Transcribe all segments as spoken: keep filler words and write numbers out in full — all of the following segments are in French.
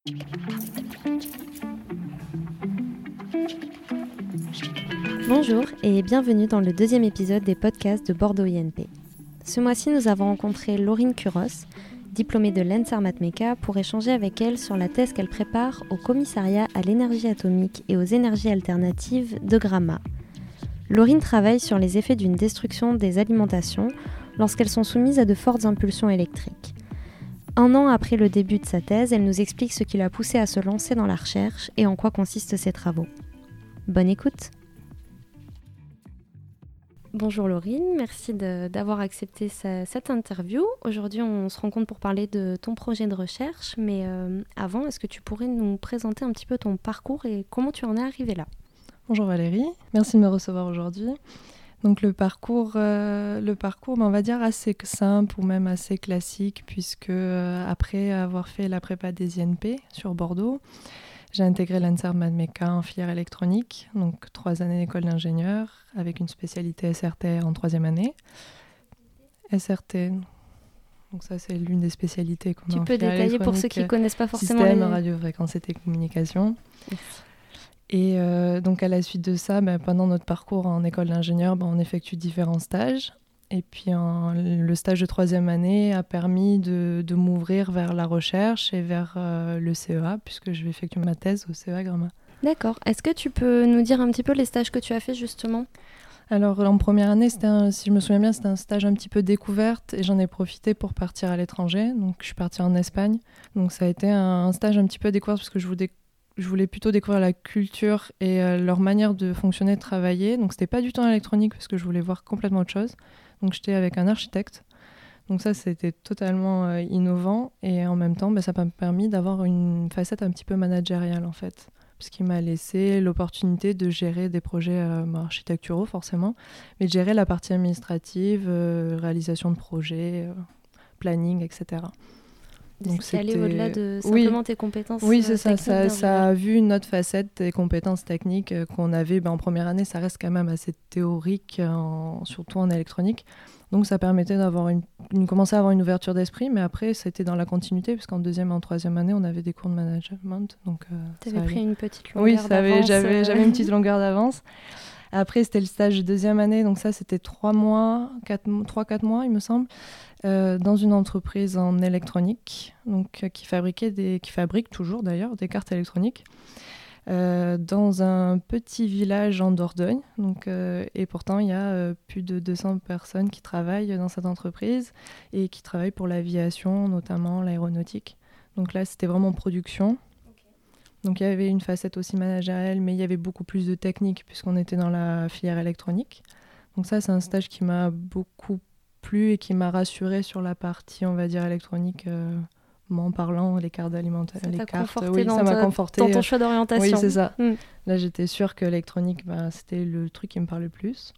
Bonjour et bienvenue dans le deuxième épisode des podcasts de Bordeaux I N P. Ce mois-ci, nous avons rencontré Laurine Curos, diplômée de l'E N S A R Matmeka, pour échanger avec elle sur la thèse qu'elle prépare au commissariat à l'énergie atomique et aux énergies alternatives de Gramma. Laurine travaille sur les effets d'une destruction des alimentations lorsqu'elles sont soumises à de fortes impulsions électriques. Un an après le début de sa thèse, elle nous explique ce qui l'a poussée à se lancer dans la recherche et en quoi consistent ses travaux. Bonne écoute! Bonjour Laurine, merci de, d'avoir accepté sa, cette interview. Aujourd'hui, on se rencontre pour parler de ton projet de recherche, mais euh, avant, est-ce que tu pourrais nous présenter un petit peu ton parcours et comment tu en es arrivée là ? Bonjour Valérie, merci de me recevoir aujourd'hui. Donc le parcours, euh, le parcours ben, on va dire assez simple ou même assez classique, puisque euh, après avoir fait la prépa des I N P sur Bordeaux, j'ai intégré l'E N S A R Matmeka en filière électronique, donc trois années d'école d'ingénieur avec une spécialité S R T en troisième année. S R T, donc ça c'est l'une des spécialités qu'on tu a en peux filière détailler pour ceux qui ne connaissent pas forcément système, les... radio, fréquence et télécommunications. Merci. Et euh, donc à la suite de ça, ben, pendant notre parcours en école d'ingénieur, ben, on effectue différents stages. Et puis en, le stage de troisième année a permis de, de m'ouvrir vers la recherche et vers euh, le C E A, puisque je vais effectuer ma thèse au C E A Gramma. D'accord. Est-ce que tu peux nous dire un petit peu les stages que tu as fait justement ? Alors en première année, c'était un, si je me souviens bien, c'était un stage un petit peu découverte et j'en ai profité pour partir à l'étranger. Donc je suis partie en Espagne. Donc ça a été un, un stage un petit peu découverte parce que je voulais, je voulais plutôt découvrir la culture et euh, leur manière de fonctionner, de travailler. Donc c'était pas du tout en électronique parce que je voulais voir complètement autre chose. Donc j'étais avec un architecte. Donc ça, c'était totalement euh, innovant. Et en même temps, bah, ça m'a permis d'avoir une facette un petit peu managériale, en fait. Puisqu'il m'a laissé l'opportunité de gérer des projets euh, architecturaux, forcément, mais de gérer la partie administrative, euh, réalisation de projets, euh, planning, et cetera. Donc c'est aller au-delà de simplement oui. tes compétences Oui, c'est techniques. ça. Ça, ça a vu une autre facette des compétences techniques euh, qu'on avait ben, en première année. Ça reste quand même assez théorique, en, surtout en électronique. Donc ça permettait d'avoir une, une, commencer à avoir une ouverture d'esprit, mais après c'était dans la continuité, puisqu'en deuxième et en troisième année, on avait des cours de management. Donc, euh, tu avais pris une petite longueur oui, d'avance. Oui, j'avais, j'avais une petite longueur d'avance. Après, c'était le stage de deuxième année, donc ça, c'était trois mois, trois quatre mois, il me semble, euh, dans une entreprise en électronique, donc, euh, qui, fabriquait des, qui fabrique toujours d'ailleurs des cartes électroniques, euh, dans un petit village en Dordogne. Donc, euh, et pourtant, il y a euh, plus de deux cents personnes qui travaillent dans cette entreprise et qui travaillent pour l'aviation, notamment l'aéronautique. Donc là, c'était vraiment production. Donc il y avait une facette aussi managériale, mais il y avait beaucoup plus de technique puisqu'on était dans la filière électronique. Donc ça, c'est un stage qui m'a beaucoup plu et qui m'a rassurée sur la partie, on va dire, électronique, euh, en parlant les cartes alimentaires, les cartes. Oui, ça m'a conforté dans ton choix d'orientation. Oui, c'est ça. Mm. Là, j'étais sûre que l'électronique, bah, c'était le truc qui me parlait le plus.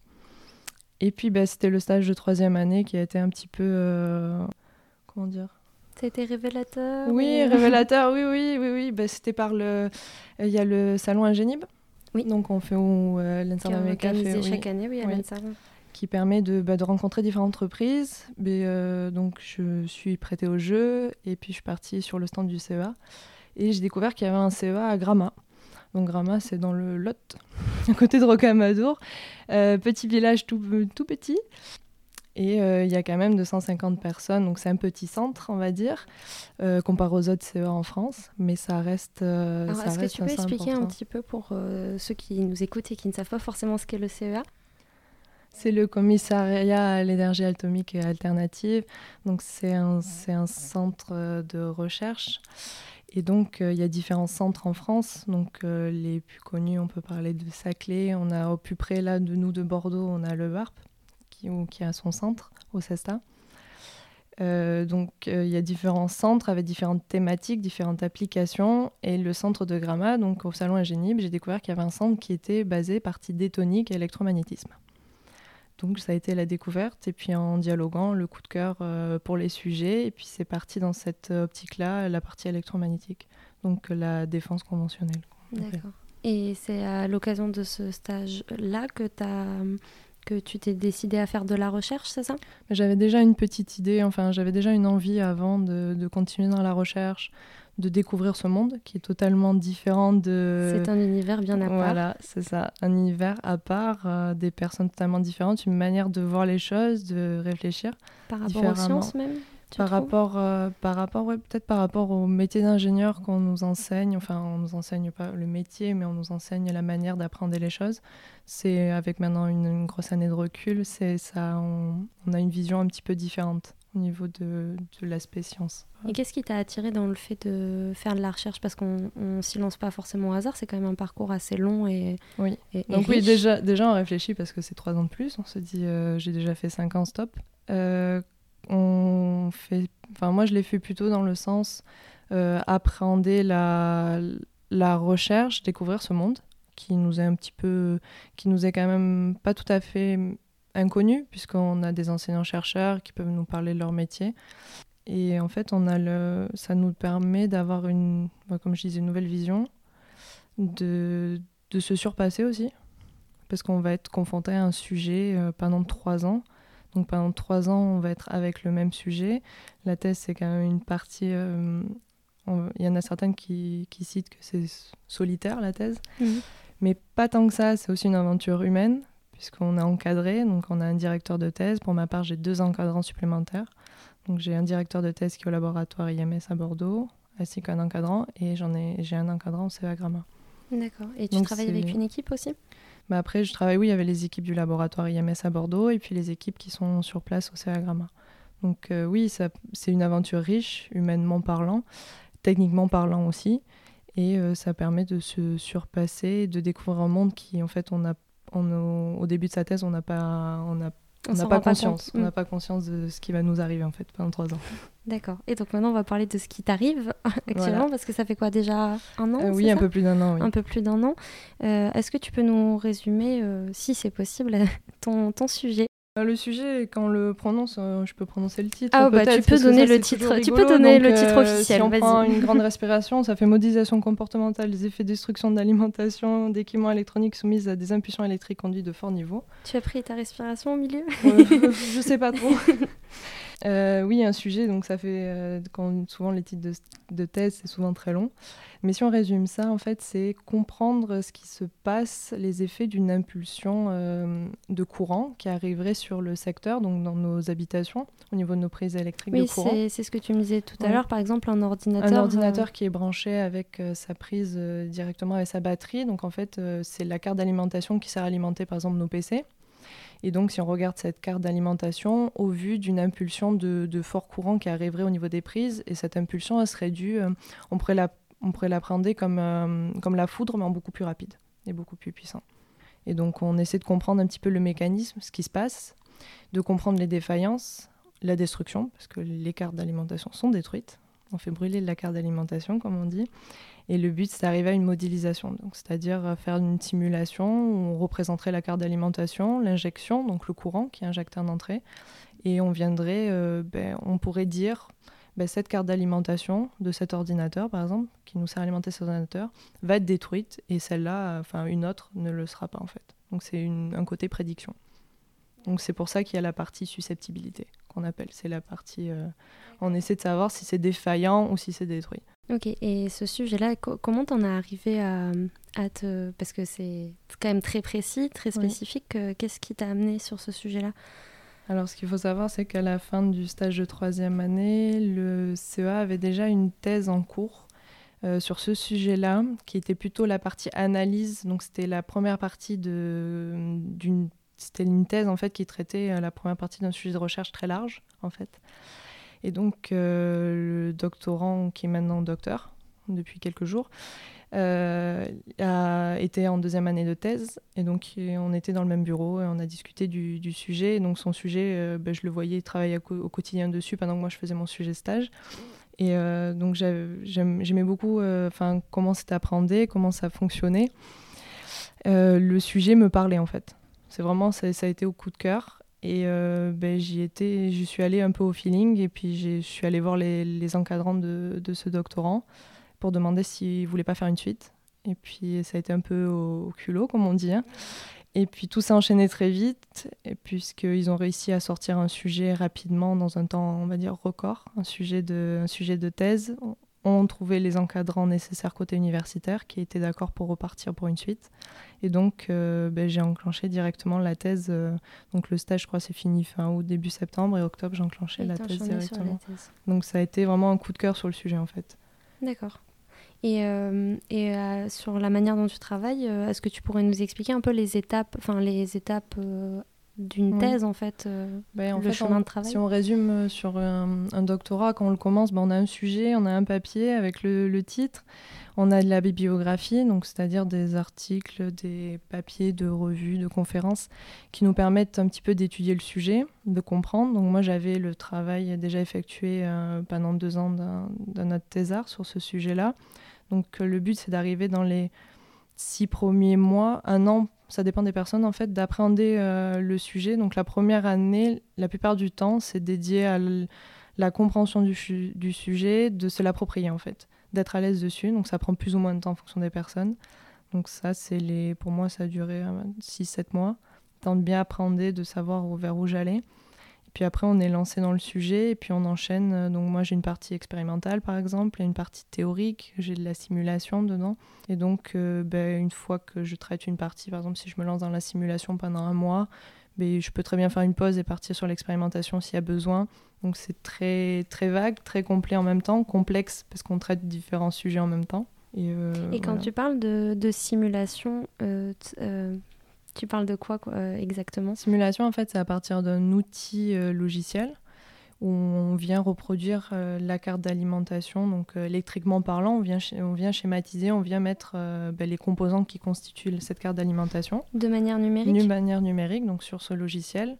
Et puis, bah, c'était le stage de troisième année qui a été un petit peu, euh, comment dire. Ça a été révélateur. Oui, ou... révélateur, oui, oui, oui, oui. Bah, c'était par le... Il y a le salon Ingénib. Oui. Donc, on fait où euh, l'E N S A R Matmeka fait... organisé oui, chaque année, oui, à oui, l'E N S A R. qui permet de, bah, de rencontrer différentes entreprises. Mais, euh, donc, je suis prêtée au jeu et puis je suis partie sur le stand du C E A. Et j'ai découvert qu'il y avait un C E A à Gramma. Donc, Gramma, c'est dans le Lot, à côté de Rocamadour. Euh, petit village tout, tout petit. Et il euh, y a quand même deux cent cinquante personnes, donc c'est un petit centre, on va dire, euh, comparé aux autres C E A en France, mais ça reste euh, Alors, ça est-ce reste que tu peux expliquer important. un petit peu pour euh, ceux qui nous écoutent et qui ne savent pas forcément ce qu'est le C E A ? C'est le commissariat à l'énergie atomique et alternative, donc c'est un, c'est un centre de recherche. Et donc, il euh, y a différents centres en France. Donc, euh, les plus connus, on peut parler de Saclay. On a au plus près, là, de nous, de Bordeaux, on a le V A R P, qui, qui a son centre, au CESTA. Euh, donc, il euh, y a différents centres avec différentes thématiques, différentes applications. Et le centre de Gramma, donc au Salon Ingénib, j'ai découvert qu'il y avait un centre qui était basé partie détonique et électromagnétisme. Donc ça a été la découverte et puis en dialoguant, le coup de cœur euh, pour les sujets. Et puis c'est parti dans cette optique-là, la partie électromagnétique, donc la défense conventionnelle. D'accord. Et c'est à l'occasion de ce stage-là que, t'as, que tu t'es décidée à faire de la recherche, c'est ça ? J'avais déjà une petite idée, enfin j'avais déjà une envie avant de, de continuer dans la recherche de découvrir ce monde qui est totalement différent de... C'est un univers bien à part. Voilà, c'est ça, un univers à part, euh, des personnes totalement différentes, une manière de voir les choses, de réfléchir Par rapport aux sciences même, tu par trouves rapport, euh, par rapport, ouais, peut-être par rapport au métier d'ingénieur qu'on nous enseigne, enfin on nous enseigne pas le métier, mais on nous enseigne la manière d'apprendre les choses. C'est avec maintenant une, une grosse année de recul, c'est ça, on, on a une vision un petit peu différente au niveau de, de l'aspect science. Et qu'est-ce qui t'a attiré dans le fait de faire de la recherche? Parce qu'on ne s'y lance pas forcément au hasard, c'est quand même un parcours assez long et, oui. et, et Donc riche. oui, déjà, déjà on réfléchit parce que c'est trois ans de plus, on se dit euh, j'ai déjà fait cinq ans, stop. Euh, on fait, enfin moi je l'ai fait plutôt dans le sens euh, appréhender la, la recherche, découvrir ce monde qui nous est un petit peu, qui nous est quand même pas tout à fait inconnu puisqu'on a des enseignants-chercheurs qui peuvent nous parler de leur métier. Et en fait, on a le... ça nous permet d'avoir une, comme je disais, une nouvelle vision, de, de se surpasser aussi, parce qu'on va être confronté à un sujet euh, pendant trois ans. Donc pendant trois ans, on va être avec le même sujet. La thèse, c'est quand même une partie... Euh, on... Il y en a certaines qui, qui citent que c'est solitaire, la thèse. Mmh. Mais pas tant que ça, c'est aussi une aventure humaine, puisqu'on a encadré, donc on a un directeur de thèse. Pour ma part, j'ai deux encadrants supplémentaires. Donc j'ai un directeur de thèse qui est au laboratoire I M S à Bordeaux, ainsi qu'un encadrant, et j'en ai, j'ai un encadrant au C E A Gramma. D'accord. Et tu Donc travailles c'est... avec une équipe aussi ? Bah après, je travaille, oui, avec les équipes du laboratoire I M S à Bordeaux, et puis les équipes qui sont sur place au C E A Gramma. Donc euh, oui, ça, c'est une aventure riche, humainement parlant, techniquement parlant aussi, et euh, ça permet de se surpasser, de découvrir un monde qui, en fait, on a, on, au début de sa thèse, on n'a pas... On a, On n'a pas conscience, pas on n'a pas conscience de ce qui va nous arriver en fait pendant trois ans. D'accord. Et donc maintenant on va parler de ce qui t'arrive actuellement, voilà. Parce que ça fait quoi déjà un an euh, Oui, un ça peu plus d'un an. Oui. Un peu plus d'un an. Euh, est-ce que tu peux nous résumer, euh, si c'est possible, ton, ton sujet ? Le sujet, quand on le prononce, euh, je peux prononcer le titre. Ah bah tu peux donner ça, le titre. Rigolo, tu peux donner donc, le titre euh, officiel. Si on vas-y. prend une grande respiration, ça fait modélisation comportementale, les effets de destruction d'alimentation d'équipements électroniques soumis à des impulsions électriques conduites de fort niveau. Tu as pris ta respiration au milieu ? euh, Je sais pas trop. Euh, oui, un sujet, donc ça fait euh, quand souvent les titres de, de thèse, c'est souvent très long. Mais si on résume ça, en fait, c'est comprendre ce qui se passe, les effets d'une impulsion euh, de courant qui arriverait sur le secteur, donc dans nos habitations, au niveau de nos prises électriques oui, de courant. Oui, c'est, c'est ce que tu me disais tout à ouais. l'heure, par exemple, un ordinateur. Un ordinateur euh... qui est branché avec euh, sa prise euh, directement avec sa batterie. Donc en fait, euh, c'est la carte d'alimentation qui sert à alimenter, par exemple, nos P C. Et donc, si on regarde cette carte d'alimentation au vu d'une impulsion de, de fort courant qui arriverait au niveau des prises, et cette impulsion, elle serait due, euh, on pourrait, la, on pourrait l'appréhender comme, euh, comme la foudre, mais en beaucoup plus rapide et beaucoup plus puissant. Et donc, on essaie de comprendre un petit peu le mécanisme, ce qui se passe, de comprendre les défaillances, la destruction, parce que les cartes d'alimentation sont détruites. On fait brûler la carte d'alimentation, comme on dit. Et le but, c'est d'arriver à une modélisation, donc, c'est-à-dire faire une simulation où on représenterait la carte d'alimentation, l'injection, donc le courant qui est injecté en entrée, et on viendrait, euh, ben, on pourrait dire, ben, cette carte d'alimentation de cet ordinateur, par exemple, qui nous sert à alimenter cet ordinateur, va être détruite, et celle-là, enfin une autre, ne le sera pas en fait. Donc c'est une, un côté prédiction. Donc c'est pour ça qu'il y a la partie susceptibilité qu'on appelle, c'est la partie, euh, on essaie de savoir si c'est défaillant ou si c'est détruit. Ok, et ce sujet-là, co- comment t'en es arrivé à, à te... Parce que c'est quand même très précis, très spécifique. Oui. Euh, qu'est-ce qui t'a amené sur ce sujet-là ? Alors, ce qu'il faut savoir, c'est qu'à la fin du stage de troisième année, le C E A avait déjà une thèse en cours euh, sur ce sujet-là, qui était plutôt la partie analyse. Donc, c'était la première partie de, d'une... C'était une thèse, en fait, qui traitait la première partie d'un sujet de recherche très large, en fait. Et donc, euh, le doctorant, qui est maintenant docteur, depuis quelques jours, euh, a été en deuxième année de thèse. Et donc, on était dans le même bureau et on a discuté du, du sujet. Et donc, son sujet, euh, ben, je le voyais travailler au quotidien dessus pendant que moi, je faisais mon sujet stage. Et euh, donc, j'aime, j'aimais beaucoup euh, comment c'était appréhendé, comment ça fonctionnait. Euh, le sujet me parlait, en fait. C'est vraiment, ça, ça a été au coup de cœur. Et euh, ben, j'y étais, je suis allée un peu au feeling et puis je suis allée voir les, les encadrants de, de ce doctorant pour demander s'ils ne voulaient pas faire une suite. Et puis ça a été un peu au, au culot, comme on dit. Hein. Et puis tout s'est enchaîné très vite, et puisqu'ils ont réussi à sortir un sujet rapidement dans un temps, on va dire, record, un sujet de, un sujet de thèse. ont trouvé les encadrants nécessaires côté universitaire, qui étaient d'accord pour repartir pour une suite. Et donc, euh, ben, j'ai enclenché directement la thèse. Euh, donc, le stage, je crois, c'est fini fin août, début septembre. Et octobre, j'ai enclenché la thèse directement. La thèse. Donc, ça a été vraiment un coup de cœur sur le sujet, en fait. D'accord. Et, euh, et euh, sur la manière dont tu travailles, euh, est-ce que tu pourrais nous expliquer un peu les étapes, enfin, les étapes euh, d'une thèse, oui. en fait, euh, ben, en le fait, chemin on, de travail? Si on résume sur un, un doctorat, quand on le commence, ben, on a un sujet, on a un papier avec le, le titre. On a de la bibliographie, donc c'est-à-dire des articles, des papiers de revues, de conférences qui nous permettent un petit peu d'étudier le sujet, de comprendre. Donc moi, j'avais le travail déjà effectué euh, pendant deux ans d'un, d'un autre thésard sur ce sujet-là. Donc euh, le but, c'est d'arriver dans les six premiers mois, un an, ça dépend des personnes en fait, d'appréhender euh, le sujet. Donc la première année, la plupart du temps, c'est dédié à l- la compréhension du, fu- du sujet, de se l'approprier en fait, d'être à l'aise dessus. Donc ça prend plus ou moins de temps en fonction des personnes. Donc ça, c'est les, pour moi, ça a duré euh, six sept mois. Temps de bien appréhender, de savoir où, vers où j'allais. Puis après, on est lancé dans le sujet et puis on enchaîne. Donc moi, j'ai une partie expérimentale, par exemple, et une partie théorique. J'ai de la simulation dedans. Et donc, euh, ben, une fois que je traite une partie, par exemple, si je me lance dans la simulation pendant un mois, ben, je peux très bien faire une pause et partir sur l'expérimentation s'il y a besoin. Donc c'est très, très vague, très complet en même temps, complexe parce qu'on traite différents sujets en même temps. Et, euh, et quand voilà. tu parles de, de simulation, euh, t- euh... tu parles de quoi, quoi euh, exactement ? Simulation, en fait, c'est à partir d'un outil euh, logiciel où on vient reproduire euh, la carte d'alimentation. Donc, euh, électriquement parlant, on vient, sch- on vient schématiser, on vient mettre euh, ben, les composants qui constituent cette carte d'alimentation. De manière numérique ? De manière numérique, donc sur ce logiciel.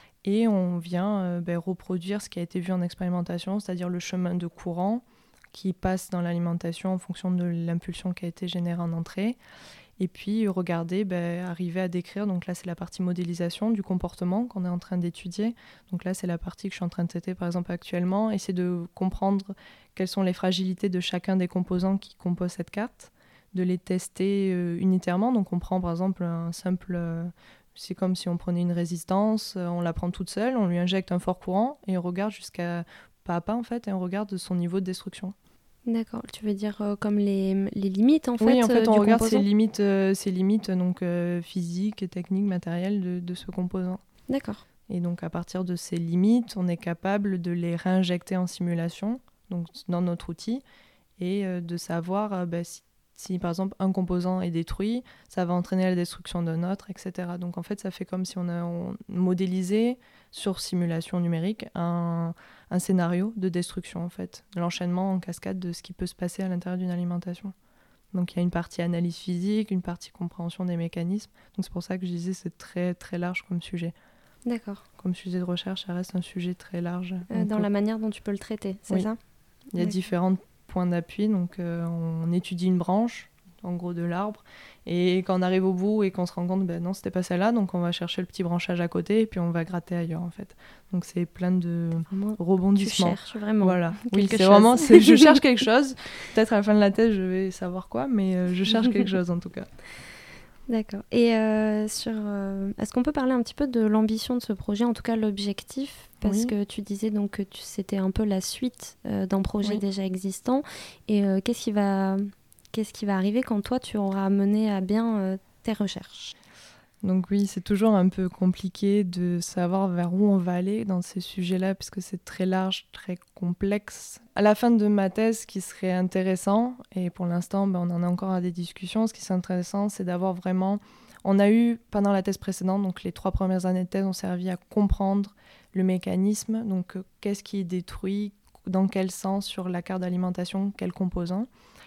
Et on vient euh, ben, reproduire ce qui a été vu en expérimentation, c'est-à-dire le chemin de courant qui passe dans l'alimentation en fonction de l'impulsion qui a été générée en entrée. Et puis regarder, ben, arriver à décrire, donc là c'est la partie modélisation du comportement qu'on est en train d'étudier. Donc là c'est la partie que je suis en train de traiter par exemple actuellement, essayer de comprendre quelles sont les fragilités de chacun des composants qui composent cette carte, de les tester euh, unitairement. Donc on prend par exemple un simple, euh, c'est comme si on prenait une résistance, euh, on la prend toute seule, on lui injecte un fort courant et on regarde jusqu'à pas à pas en fait, et on regarde son niveau de destruction. D'accord, tu veux dire euh, comme les, les limites en oui, fait Oui, en fait, euh, on du regarde composant ? ses limites, euh, ses limites donc, euh, physiques, techniques, matérielles de, de ce composant. D'accord. Et donc, à partir de ces limites, on est capable de les réinjecter en simulation, donc dans notre outil, et euh, de savoir euh, bah, si, si, par exemple, un composant est détruit, ça va entraîner la destruction d'un autre, et cetera. Donc, en fait, ça fait comme si on a on modélisé sur simulation numérique un, un scénario de destruction, en fait. L'enchaînement en cascade de ce qui peut se passer à l'intérieur d'une alimentation. Donc, il y a une partie analyse physique, une partie compréhension des mécanismes. Donc, c'est pour ça que je disais c'est très, très large comme sujet. D'accord. Comme sujet de recherche, ça reste un sujet très large. Euh, dans peut... la manière dont tu peux le traiter, c'est oui. ça ? Il y a D'accord. différents points d'appui. Donc, euh, on étudie une branche, en gros, de l'arbre. Et quand on arrive au bout et qu'on se rend compte, ben non, c'était pas celle-là, donc on va chercher le petit branchage à côté et puis on va gratter ailleurs, en fait. Donc, c'est plein de vraiment, rebondissements. Tu cherches vraiment. Voilà. Oui, c'est chose. vraiment, c'est, je cherche quelque chose. Peut-être à la fin de la thèse, je vais savoir quoi, mais euh, je cherche quelque chose, en tout cas. D'accord. Et euh, sur, euh, est-ce qu'on peut parler un petit peu de l'ambition de ce projet, en tout cas l'objectif ? Parce oui. que tu disais donc que tu, c'était un peu la suite euh, d'un projet oui. déjà existant. Et euh, qu'est-ce qui va, qu'est-ce qui va arriver quand toi, tu auras mené à bien euh, tes recherches ? Donc oui, c'est toujours un peu compliqué de savoir vers où on va aller dans ces sujets-là, puisque c'est très large, très complexe. À la fin de ma thèse, ce qui serait intéressant, et pour l'instant, ben, on en a encore à des discussions, ce qui serait intéressant, c'est d'avoir vraiment... On a eu, pendant la thèse précédente, donc les trois premières années de thèse ont servi à comprendre le mécanisme, donc euh, qu'est-ce qui est détruit, dans quel sens, sur la carte d'alimentation, quels composants.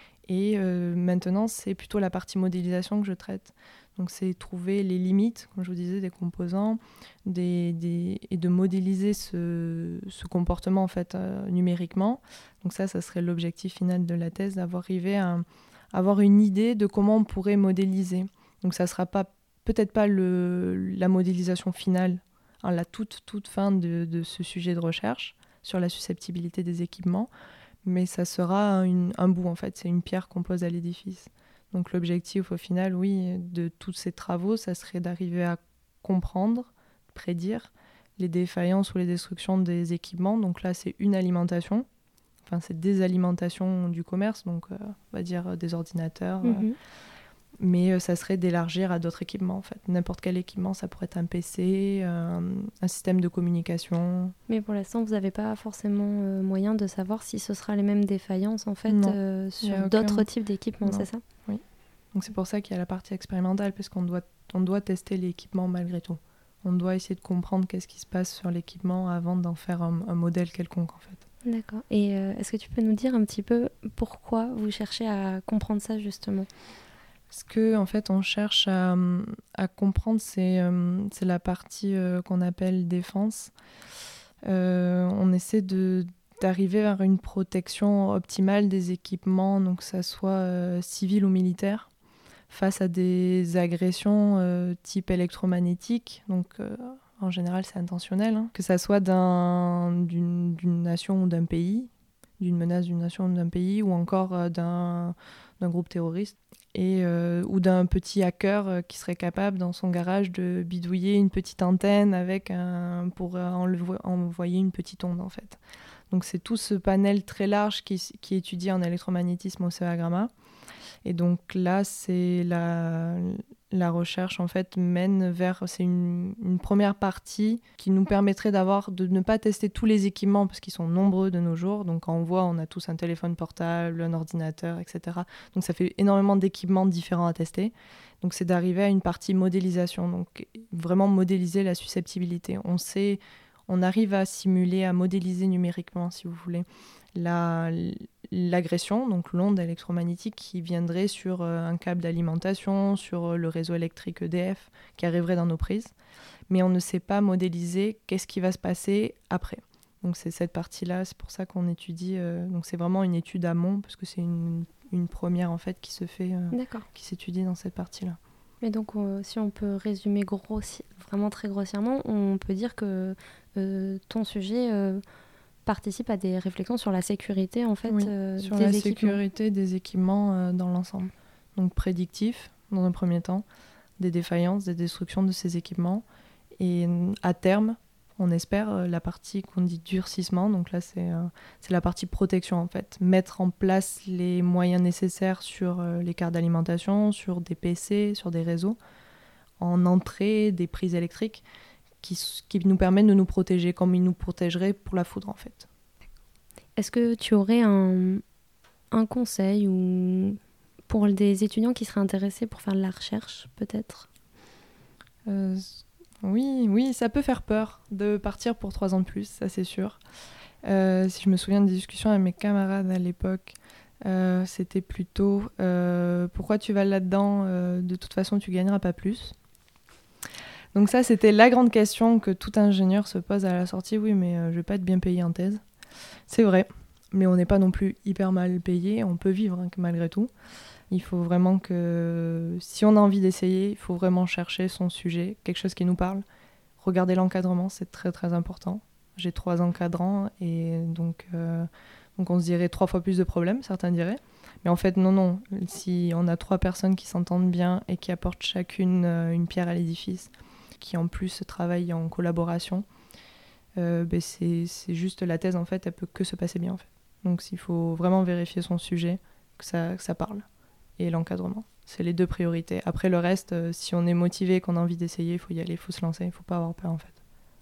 Et euh, maintenant, c'est plutôt la partie modélisation que je traite. Donc, c'est trouver les limites, comme je vous disais, des composants des, des, et de modéliser ce, ce comportement en fait, euh, numériquement. Donc ça, ça serait l'objectif final de la thèse, d'avoir arrivé à, à avoir une idée de comment on pourrait modéliser. Donc, ça ne sera pas, peut-être pas le, la modélisation finale, hein, la toute, toute fin de, de ce sujet de recherche sur la susceptibilité des équipements, mais ça sera une, un bout, en fait. C'est une pierre qu'on pose à l'édifice. Donc l'objectif au final, oui, de tous ces travaux, ça serait d'arriver à comprendre, prédire les défaillances ou les destructions des équipements. Donc là, c'est une alimentation, enfin, c'est des alimentations du commerce, donc euh, on va dire euh, des ordinateurs. Mmh. Euh, mais euh, ça serait d'élargir à d'autres équipements, en fait. N'importe quel équipement, ça pourrait être un P C, euh, un système de communication. Mais pour l'instant, vous n'avez pas forcément euh, moyen de savoir si ce sera les mêmes défaillances en fait euh, sur d'autres aucun... types d'équipements, non. C'est ça ? Oui. Donc c'est pour ça qu'il y a la partie expérimentale, parce qu'on doit, on doit tester l'équipement malgré tout. On doit essayer de comprendre qu'est-ce qui se passe sur l'équipement avant d'en faire un, un modèle quelconque, en fait. D'accord. Et euh, est-ce que tu peux nous dire un petit peu pourquoi vous cherchez à comprendre ça, justement ? Ce que en fait, on cherche à, à comprendre, c'est, euh, c'est la partie euh, qu'on appelle défense. Euh, on essaie de, d'arriver vers une protection optimale des équipements, donc que ça soit euh, civil ou militaire, face à des agressions euh, type électromagnétique. Donc, euh, en général, c'est intentionnel, hein. Que ça soit d'un, d'une, d'une nation ou d'un pays, d'une menace d'une nation ou d'un pays, ou encore euh, d'un, d'un groupe terroriste. Et, euh, ou d'un petit hacker euh, qui serait capable dans son garage de bidouiller une petite antenne avec un, pour euh, enlevo- envoyer une petite onde en fait. Donc c'est tout ce panel très large qui, qui étudie en électromagnétisme au C E A Gramma. Et donc là, c'est la, la recherche en fait mène vers, c'est une, une première partie qui nous permettrait d'avoir, de ne pas tester tous les équipements parce qu'ils sont nombreux de nos jours. Donc quand on voit, on a tous un téléphone portable, un ordinateur, et cetera. Donc ça fait énormément d'équipements différents à tester. Donc c'est d'arriver à une partie modélisation, donc vraiment modéliser la susceptibilité. On sait, on arrive à simuler, à modéliser numériquement, si vous voulez, la, l'agression, donc l'onde électromagnétique qui viendrait sur euh, un câble d'alimentation, sur euh, le réseau électrique E D F qui arriverait dans nos prises. Mais on ne sait pas modéliser qu'est-ce qui va se passer après. Donc c'est cette partie-là, c'est pour ça qu'on étudie. Euh, donc c'est vraiment une étude amont, parce que c'est une, une première en fait qui se fait, euh, qui s'étudie dans cette partie-là. Mais donc, euh, si on peut résumer grossi- vraiment très grossièrement, on peut dire que euh, ton sujet euh, participe à des réflexions sur la sécurité en fait, oui, euh, sur des la équipements. sécurité des équipements euh, dans l'ensemble. Donc prédictif dans un premier temps, des défaillances, des destructions de ces équipements, et à terme, on espère euh, la partie qu'on dit durcissement. Donc là, c'est euh, c'est la partie protection en fait, mettre en place les moyens nécessaires sur euh, les cartes d'alimentation, sur des P C, sur des réseaux, en entrée des prises électriques, qui, qui nous permettent de nous protéger comme ils nous protégeraient pour la foudre en fait. Est-ce que tu aurais un, un conseil ou pour des étudiants qui seraient intéressés pour faire de la recherche peut-être ? euh, Oui, oui, ça peut faire peur de partir pour trois ans de plus, ça c'est sûr. Euh, si je me souviens des discussions avec mes camarades à l'époque, euh, c'était plutôt euh, pourquoi tu vas là-dedans, euh, de toute façon tu gagneras pas plus. Donc ça, c'était la grande question que tout ingénieur se pose à la sortie. Oui, mais euh, je vais pas être bien payé en thèse. C'est vrai, mais on n'est pas non plus hyper mal payé. On peut vivre hein, malgré tout. Il faut vraiment que, si on a envie d'essayer, il faut vraiment chercher son sujet, quelque chose qui nous parle. Regarder l'encadrement, c'est très très important. J'ai trois encadrants et donc, euh, donc on se dirait trois fois plus de problèmes, certains diraient. Mais en fait, non, non. Si on a trois personnes qui s'entendent bien et qui apportent chacune euh, une pierre à l'édifice, qui en plus travaillent en collaboration, euh, ben c'est, c'est juste la thèse, en fait, elle peut que se passer bien, en fait. Donc il faut vraiment vérifier son sujet, que ça, que ça parle. Et l'encadrement. C'est les deux priorités. Après le reste, euh, si on est motivé, qu'on a envie d'essayer, il faut y aller, il faut se lancer, il ne faut pas avoir peur en fait.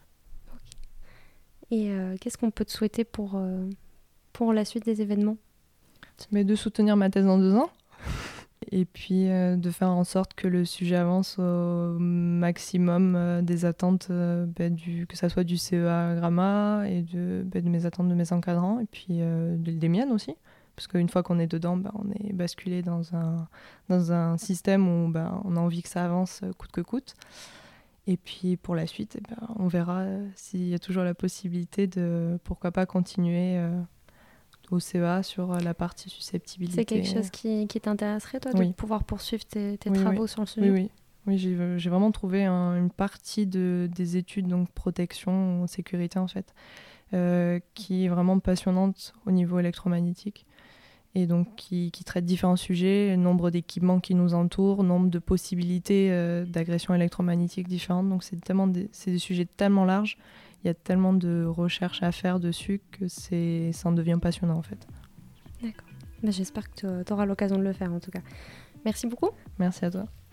Okay. Et euh, qu'est-ce qu'on peut te souhaiter pour, euh, pour la suite des événements ? Mais de soutenir ma thèse dans deux ans. Et puis euh, de faire en sorte que le sujet avance au maximum euh, des attentes, euh, bah, du, que ça soit du C E A Gramma et de, bah, de mes attentes de mes encadrants, et puis euh, de, des miennes aussi. Parce qu'une fois qu'on est dedans, bah, on est basculé dans un, dans un système où bah, on a envie que ça avance coûte que coûte. Et puis pour la suite, eh ben, on verra s'il y a toujours la possibilité de, pourquoi pas, continuer euh, au C E A sur la partie susceptibilité. C'est quelque chose qui, qui t'intéresserait, toi, oui. de pouvoir poursuivre tes, tes oui, travaux oui. sur le sujet ? Oui, oui. oui j'ai, j'ai vraiment trouvé un, une partie de, des études, donc protection, sécurité en fait, euh, qui est vraiment passionnante au niveau électromagnétique. Et donc qui, qui traite différents sujets, nombre d'équipements qui nous entourent, nombre de possibilités euh, d'agression électromagnétique différentes. Donc c'est, tellement des, c'est des sujets tellement larges il y a tellement de recherches à faire dessus que c'est, ça en devient passionnant en fait. D'accord. Ben, j'espère que tu auras l'occasion de le faire en tout cas. Merci beaucoup. Merci à toi.